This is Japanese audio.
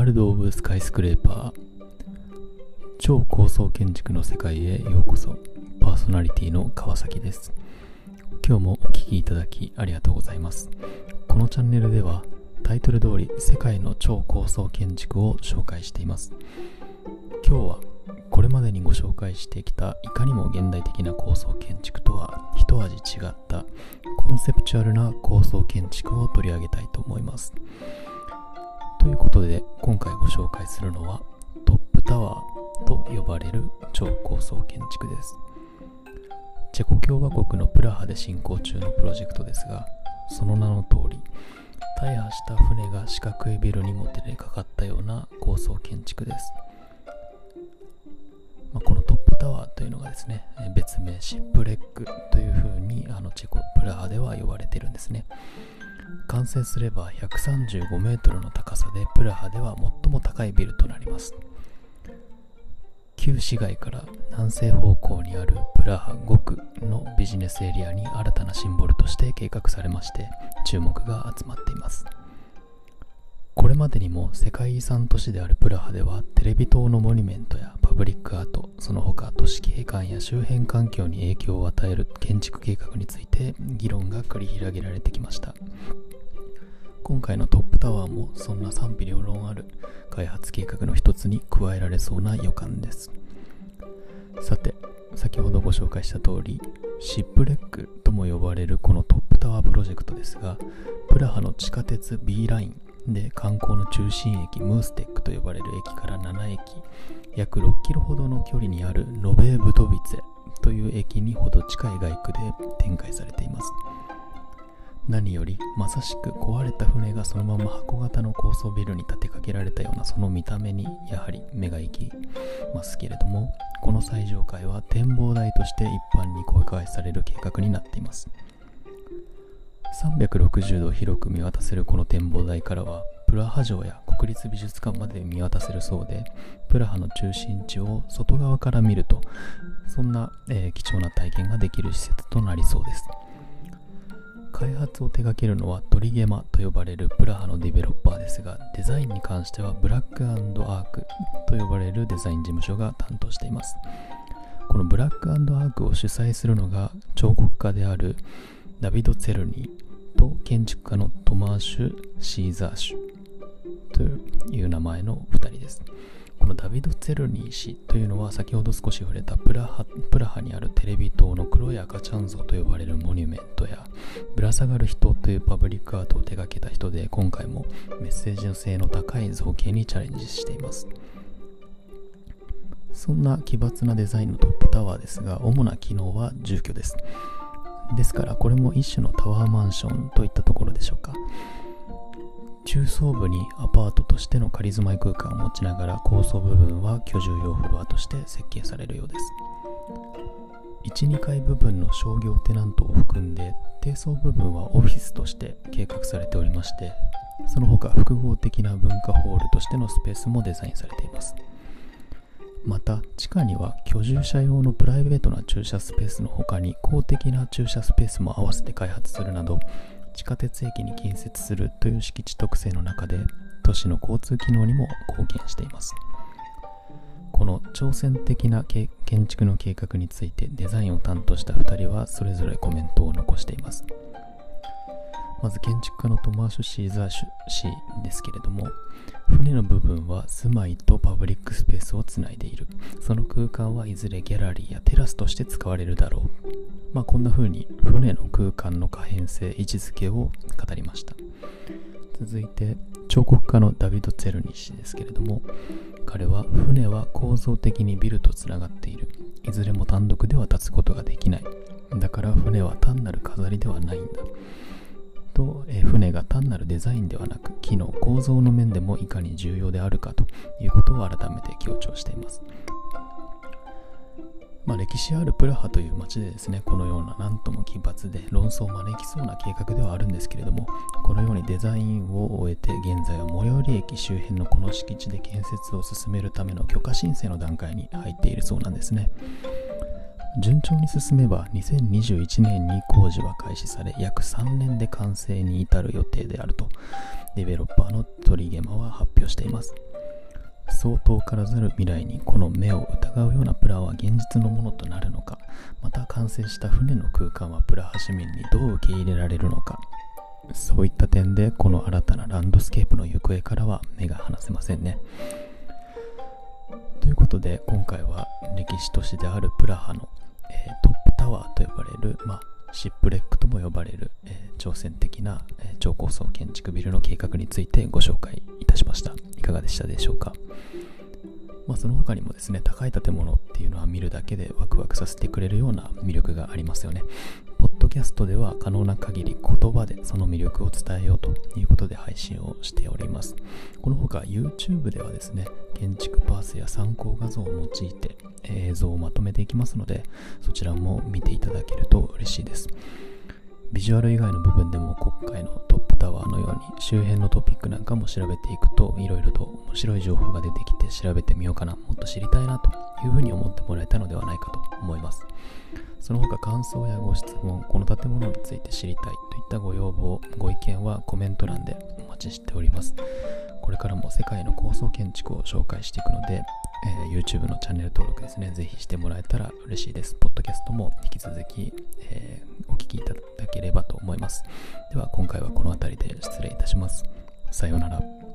ールド・オブ・スカイスクレーパー、超高層建築の世界へようこそ。パーソナリティの川崎です。今日もお聞きいただきありがとうございます。このチャンネルではタイトル通り世界の超高層建築を紹介しています。今日はこれまでにご紹介してきたいかにも現代的な高層建築とは一味違ったコンセプチュアルな高層建築を取り上げたいと思います。ということで今回ご紹介するのはトップタワーと呼ばれる超高層建築です。チェコ共和国のプラハで進行中のプロジェクトですが、その名の通り大破した船が四角いビルにもたれかかったような高層建築です。このトップタワーというのがですね、別名シップレックというふうにチェコプラハでは呼ばれているんですね。完成すれば135メートルの高さでプラハでは最も高いビルとなります。旧市街から南西方向にあるプラハ5区のビジネスエリアに新たなシンボルとして計画されまして注目が集まっています。これまでにも世界遺産都市であるプラハではテレビ塔のモニュメントやパブリックアート、その他都市景観や周辺環境に影響を与える建築計画について議論が繰り広げられてきました。今回のトップタワーもそんな賛否両論ある開発計画の一つに加えられそうな予感です。さて、先ほどご紹介した通りシップレックとも呼ばれるこのトップタワープロジェクトですが、プラハの地下鉄 B ラインで観光の中心駅ムーステックと呼ばれる駅から7駅、約6キロほどの距離にあるノベーブトビツェという駅にほど近い街区で展開されています。何よりまさしく壊れた船がそのまま箱型の高層ビルに立てかけられたようなその見た目にやはり目が行きますけれども、この最上階は展望台として一般に公開される計画になっています。360度広く見渡せるこの展望台からはプラハ城や国立美術館まで見渡せるそうで、プラハの中心地を外側から見るとそんな、貴重な体験ができる施設となりそうです。開発を手掛けるのはトリゲマと呼ばれるプラハのディベロッパーですが、デザインに関してはブラック&アークと呼ばれるデザイン事務所が担当しています。このブラック&アークを主催するのが彫刻家であるダビド・ツェルニーと建築家のトマーシュ・シーザーシュという名前の2人です。このダビド・ツェルニー氏というのは先ほど少し触れたプラハにあるテレビ塔の黒い赤ちゃん像と呼ばれるモニュメントやぶら下がる人というパブリックアートを手掛けた人で、今回もメッセージ性の高い造形にチャレンジしています。そんな奇抜なデザインのトップタワーですが、主な機能は住居です。ですからこれも一種のタワーマンションといったところでしょうか。中層部にアパートとしての仮住まい空間を持ちながら、高層部分は居住用フロアとして設計されるようです。1、2階部分の商業テナントを含んで低層部分はオフィスとして計画されておりまして、その他複合的な文化ホールとしてのスペースもデザインされています。また地下には居住者用のプライベートな駐車スペースの他に公的な駐車スペースも合わせて開発するなど、地下鉄駅に近接するという敷地特性の中で都市の交通機能にも貢献しています。この挑戦的な建築の計画についてデザインを担当した2人はそれぞれコメントを残しています。まず建築家のトマーシュ・シーザーシュ氏ですけれども、船の部分は住まいとパブリックスペースをつないでいる。その空間はいずれギャラリーやテラスとして使われるだろう。こんな風に船の空間の可変性、位置づけを語りました。続いて彫刻家のダビド・ツェルニー氏ですけれども、彼は船は構造的にビルとつながっている。いずれも単独では立つことができない。だから船は単なる飾りではないんだ。と、船が単なるデザインではなく機能構造の面でもいかに重要であるかということを改めて強調しています。歴史あるプラハという街でですね、このような何とも奇抜で論争を招きそうな計画ではあるんですけれども、このようにデザインを終えて現在は最寄り駅周辺のこの敷地で建設を進めるための許可申請の段階に入っているそうなんですね。順調に進めば2021年に工事は開始され、約3年で完成に至る予定であるとデベロッパーのトリゲマは発表しています。 そう遠からざる未来にこの目を疑うようなプラは現実のものとなるのか、また完成した船の空間はプラハ市民にどう受け入れられるのか、そういった点でこの新たなランドスケープの行方からは目が離せませんね。ということで今回は歴史都市であるプラハの、トップタワーと呼ばれる、シップレックとも呼ばれる、挑戦的な、超高層建築ビルの計画についてご紹介いたしました。いかがでしたでしょうか。その他にもですね、高い建物っていうのは見るだけでワクワクさせてくれるような魅力がありますよね。ポッドキャストでは可能な限り言葉でその魅力を伝えようということで配信をしております。この他 YouTube ではですね、建築パースや参考画像を用いて映像をまとめていきますので、そちらも見ていただけると嬉しいです。ビジュアル以外の部分でも今回のトップタワーのように周辺のトピックなんかも調べていくと、いろいろと面白い情報が出てきて調べてみようかな、もっと知りたいなというふうに思ってもらえたのではないかと思います。その他感想やご質問、この建物について知りたいといったご要望、ご意見はコメント欄でお待ちしております。これからも世界の高層建築を紹介していくので、YouTube のチャンネル登録ですね、ぜひしてもらえたら嬉しいです。ポッドキャストも引き続き、お聞きいただければと思います。では今回はこの辺りで失礼いたします。さようなら。